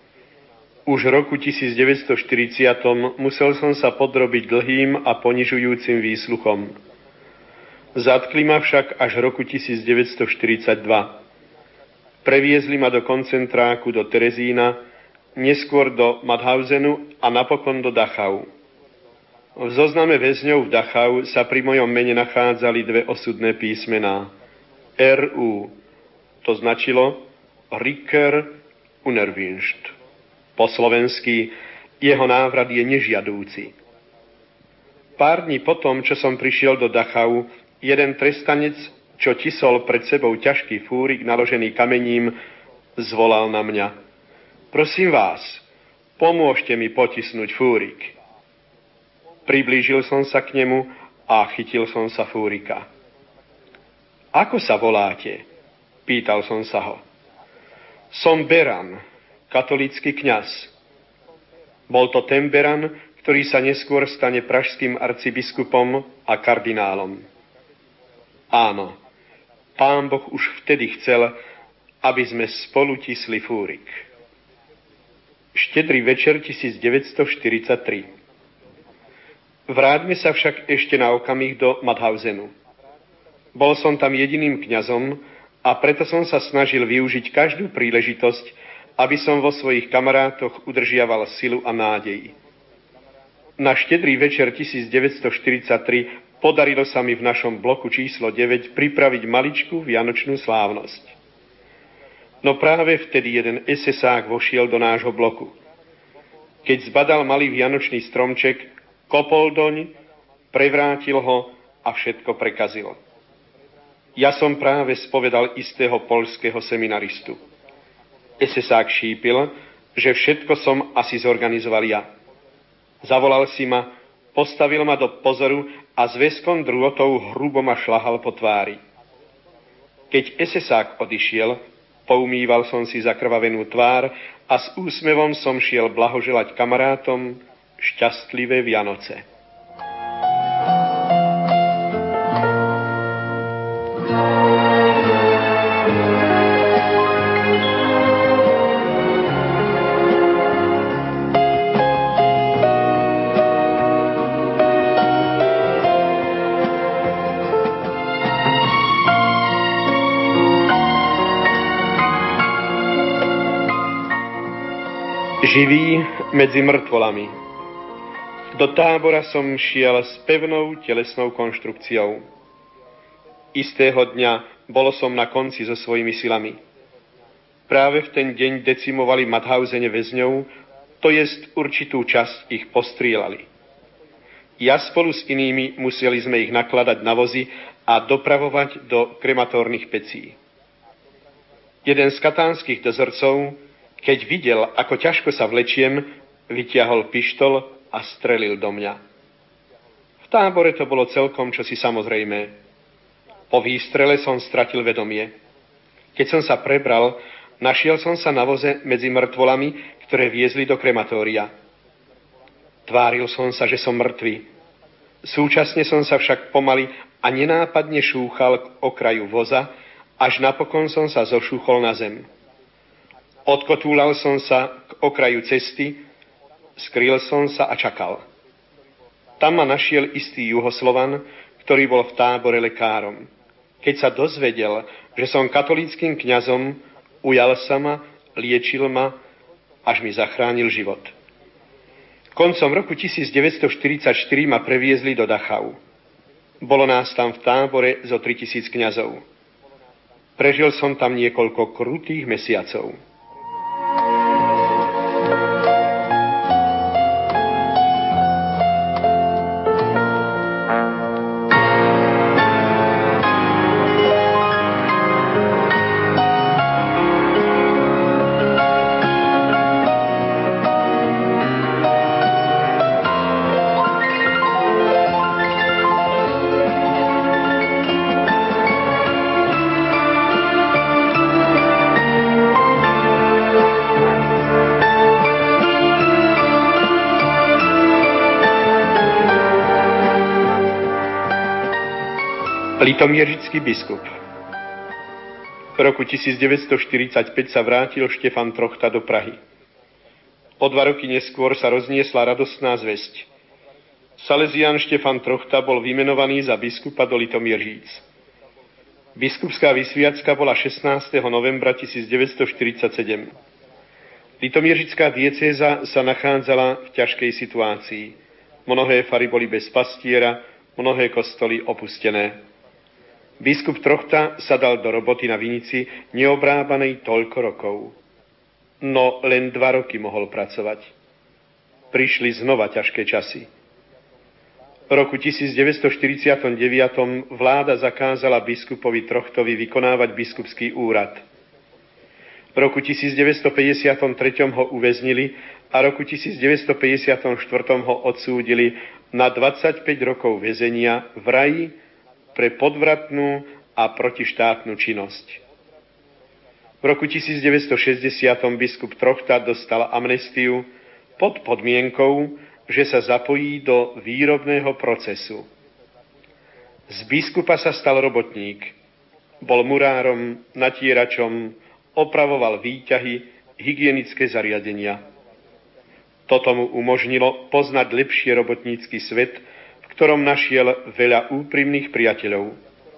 Už v roku devätnásťstoštyridsať musel som sa podrobiť dlhým a ponižujúcim výsluchom. Zatkli ma však až v roku devätnásťstoštyridsaťdva. Previezli ma do koncentráku do Terezína, neskôr do Mauthausenu a napokon do Dachau. V zozname väzňov v Dachau sa pri mojom mene nachádzali dve osudné písmená. er ú. To značilo Ricker unerwünscht. Po slovensky jeho návrat je nežiadúci. Pár dní potom, čo som prišiel do Dachau, jeden trestanec, čo tisol pred sebou ťažký fúrik naložený kamením, zvolal na mňa. Prosím vás, pomôžte mi potisnúť fúrik. Priblížil som sa k nemu a chytil som sa fúrika. Ako sa voláte? Pýtal som sa ho. Som Beran, katolícky kňaz. Bol to ten Beran, ktorý sa neskôr stane pražským arcibiskupom a kardinálom. Áno, Pán Boh už vtedy chcel, aby sme spolu tisli fúrik. Štedrý večer devätnásťstoštyridsaťtri. Vráťme sa však ešte na okamih do Mauthausenu. Bol som tam jediným kňazom a preto som sa snažil využiť každú príležitosť, aby som vo svojich kamarátoch udržiaval silu a nádej. Na štedrý večer devätnásťstoštyridsaťtri podarilo sa mi v našom bloku číslo deväť pripraviť maličkú vianočnú slávnosť. No práve vtedy jeden esesák vošiel do nášho bloku. Keď zbadal malý vianočný stromček, kopol doň, prevrátil ho a všetko prekazil. Ja som práve spovedal istého poľského seminaristu. Esesák šípil, že všetko som asi zorganizoval ja. Zavolal si ma, postavil ma do pozoru a zväzkom drôtov hrubo ma šľahal po tvári. Keď esesák odišiel, poumýval som si zakrvavenú tvár a s úsmevom som šiel blahoželať kamarátom šťastlivé Vianoce. Živý medzi mŕtvolami. Do tábora som šiel s pevnou telesnou konštrukciou. Istého dňa bolo som na konci so svojimi silami. Práve v ten deň decimovali v Mauthausene väzňov, to jest určitú časť ich postrielali. Ja spolu s inými museli sme ich nakladať na vozy a dopravovať do krematórnych pecí. Jeden z katánskych dozorcov, keď videl, ako ťažko sa vlečiem, vytiahol pištol a strelil do mňa. V tábore to bolo celkom čosi samozrejmé. Po výstrele som stratil vedomie. Keď som sa prebral, našiel som sa na voze medzi mŕtvolami, ktoré viezli do krematória. Tváril som sa, že som mŕtvy. Súčasne som sa však pomaly a nenápadne šúchal k okraju voza, až napokon som sa zošúchol na zem. Odkotúlal som sa k okraju cesty, skryl som sa a čakal. Tam ma našiel istý Juhoslovan, ktorý bol v tábore lekárom. Keď sa dozvedel, že som katolíckym kňazom, ujal sa ma, liečil ma, až mi zachránil život. Koncom roku devätnásťstoštyridsaťštyri ma previezli do Dachau. Bolo nás tam v tábore zo tritisíc kňazov. Prežil som tam niekoľko krutých mesiacov. Litomieržický biskup. V roku tisícdeväťstoštyridsaťpäť sa vrátil Štefan Trochta do Prahy. O dva roky neskôr sa rozniesla radostná zvesť. Salesián Štefan Trochta bol vymenovaný za biskupa do Litomieržíc. Biskupská vysviacka bola šestnásteho novembra tisícdeväťstoštyridsaťsedem. Litomieržická diecéza sa nachádzala v ťažkej situácii. Mnohé fary boli bez pastiera, mnohé kostoly opustené. Biskup Trochta sa dal do roboty na vinici neobrábanej toľko rokov. No len dva roky mohol pracovať. Prišli znova ťažké časy. V roku tisícdeväťstoštyridsaťdeväť vláda zakázala biskupovi Trochtovi vykonávať biskupský úrad. V roku tisícdeväťstopäťdesiattri ho uväznili a roku tisícdeväťstopäťdesiatštyri ho odsúdili na dvadsaťpäť rokov väzenia v raji pre podvratnú a protištátnu činnosť. V roku tisícdeväťstošesťdesiat biskup Trochta dostal amnestiu pod podmienkou, že sa zapojí do výrobného procesu. Z biskupa sa stal robotník. Bol murárom, natieračom, opravoval výťahy, hygienické zariadenia. Toto mu umožnilo poznať lepšie robotnícky svet, v ktorom našiel veľa úprimných priateľov.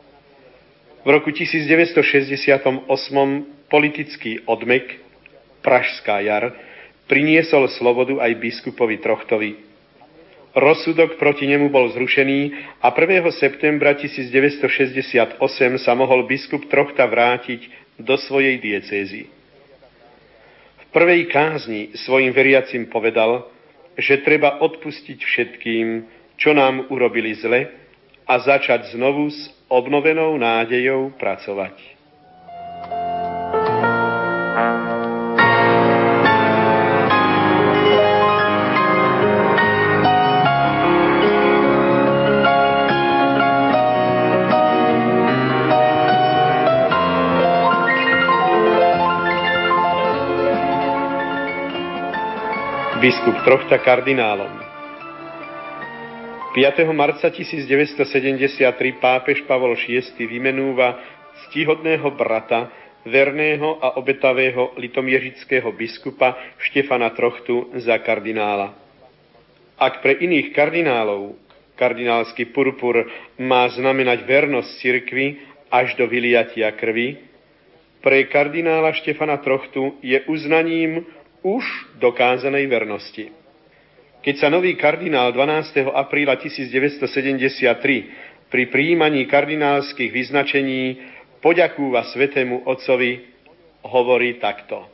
V roku tisícdeväťstošesťdesiatosem politický odmek, Pražská jar, priniesol slobodu aj biskupovi Trochtovi. Rozsudok proti nemu bol zrušený a prvého septembra tisícdeväťstošesťdesiatosem sa mohol biskup Trochta vrátiť do svojej diecézy. V prvej kázni svojim veriacim povedal, že treba odpustiť všetkým, čo nám urobili zle, a začať znovu s obnovenou nádejou pracovať. Biskup Trochta kardinálom. piateho marca tisícdeväťstosedemdesiattri pápež Pavol šiesty vymenúva ctihodného brata, verného a obetavého litomieržického biskupa Štefana Trochtu za kardinála. Ak pre iných kardinálov kardinálsky purpur má znamenať vernosť cirkvi až do vyliatia krvi, pre kardinála Štefana Trochtu je uznaním už dokázanej vernosti. Keď sa nový kardinál dvanásteho apríla tisícdeväťstosedemdesiattri pri prijímaní kardinálskych vyznačení poďakúva svätému otcovi, hovorí takto: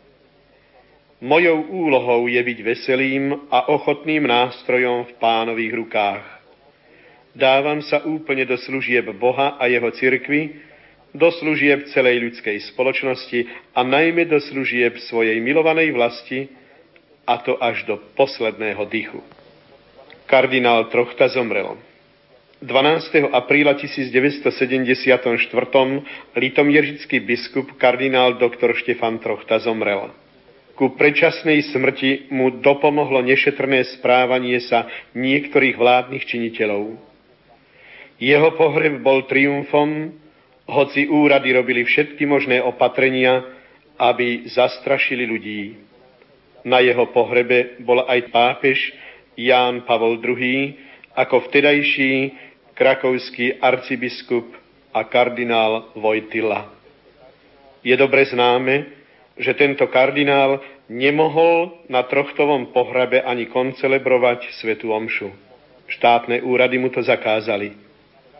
Mojou úlohou je byť veselým a ochotným nástrojom v Pánových rukách. Dávam sa úplne do služieb Boha a jeho cirkvi, do služieb celej ľudskej spoločnosti a najmä do služieb svojej milovanej vlasti, a to až do posledného dychu. Kardinál Trochta zomrel. dvanásteho apríla tisícdeväťstosedemdesiatštyri litomieržický biskup kardinál doktor Štefan Trochta zomrel. Ku predčasnej smrti mu dopomohlo nešetrné správanie sa niektorých vládnych činiteľov. Jeho pohreb bol triumfom, hoci úrady robili všetky možné opatrenia, aby zastrašili ľudí. Na jeho pohrebe bol aj pápež Ján Pavol druhý, ako vtedajší krakovský arcibiskup a kardinál Vojtila. Je dobre známe, že tento kardinál nemohol na Trochtovom pohrabe ani koncelebrovať svätú omšu. Štátne úrady mu to zakázali.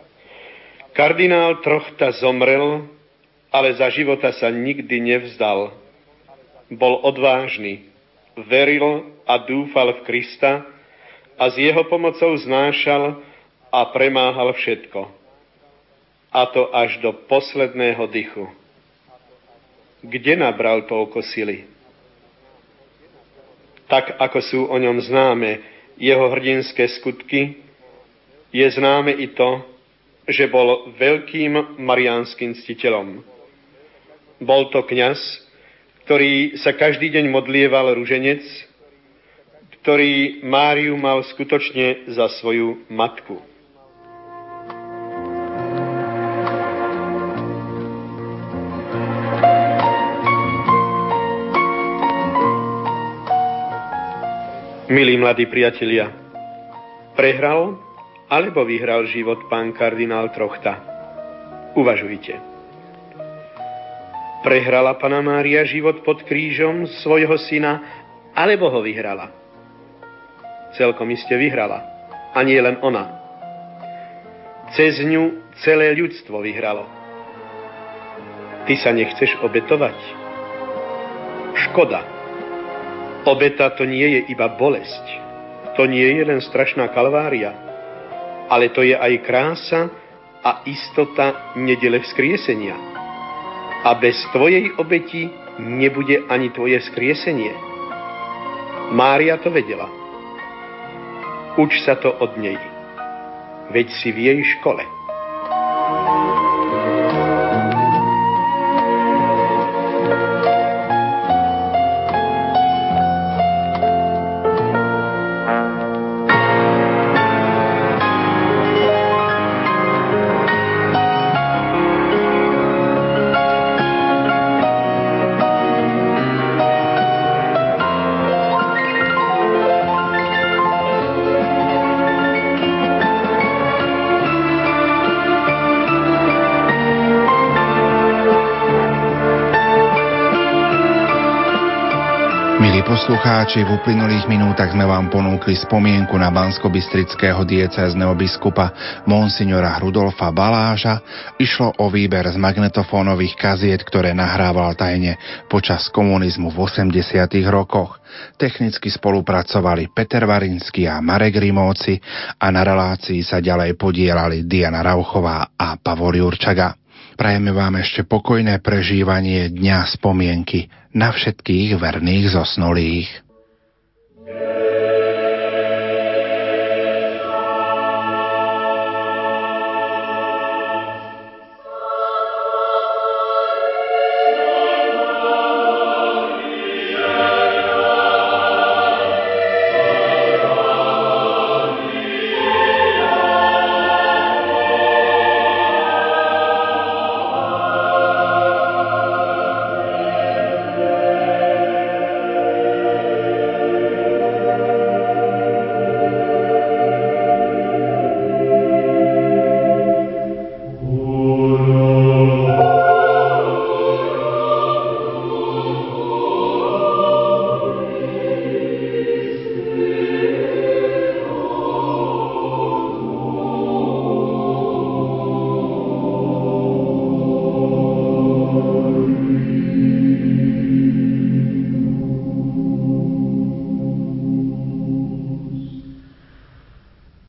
Kardinál Trochta zomrel, ale za života sa nikdy nevzdal. Bol odvážny, veril a dúfal v Krista a s jeho pomocou znášal a premáhal všetko. A to až do posledného dychu. Kde nabral toľko sily? Tak, ako sú o ňom známe jeho hrdinské skutky, je známe i to, že bol veľkým mariánskym ctiteľom. Bol to kňaz, ktorý sa každý deň modlieval ruženec, ktorý Máriu mal skutočne za svoju matku. Milí mladí priatelia, prehral alebo vyhral život pán kardinál Trochta? Uvažujte. Prehrala Panna Mária život pod krížom svojho syna, alebo ho vyhrala? Celkom iste vyhrala. A nie len ona. Cez ňu celé ľudstvo vyhralo. Ty sa nechceš obetovať? Škoda. Obeta to nie je iba bolesť. To nie je len strašná kalvária. Ale to je aj krása a istota nedele vzkriesenia. A bez tvojej obeti nebude ani tvoje vzkriesenie. Mária to vedela. Uč sa to od nej. Veď si v jej škole. Poslucháči, v uplynulých minútach sme vám ponúkli spomienku na banskobystrického diecézneho biskupa monsignora Rudolfa Baláža. Išlo o výber z magnetofónových kaziet, ktoré nahrával tajne počas komunizmu v osemdesiatych rokoch. Technicky spolupracovali Peter Varinský a Marek Rimóci a na relácii sa ďalej podielali Diana Rauchová a Pavol Jurčaga. Prajeme vám ešte pokojné prežívanie Dňa spomienky na všetkých verných zosnulých.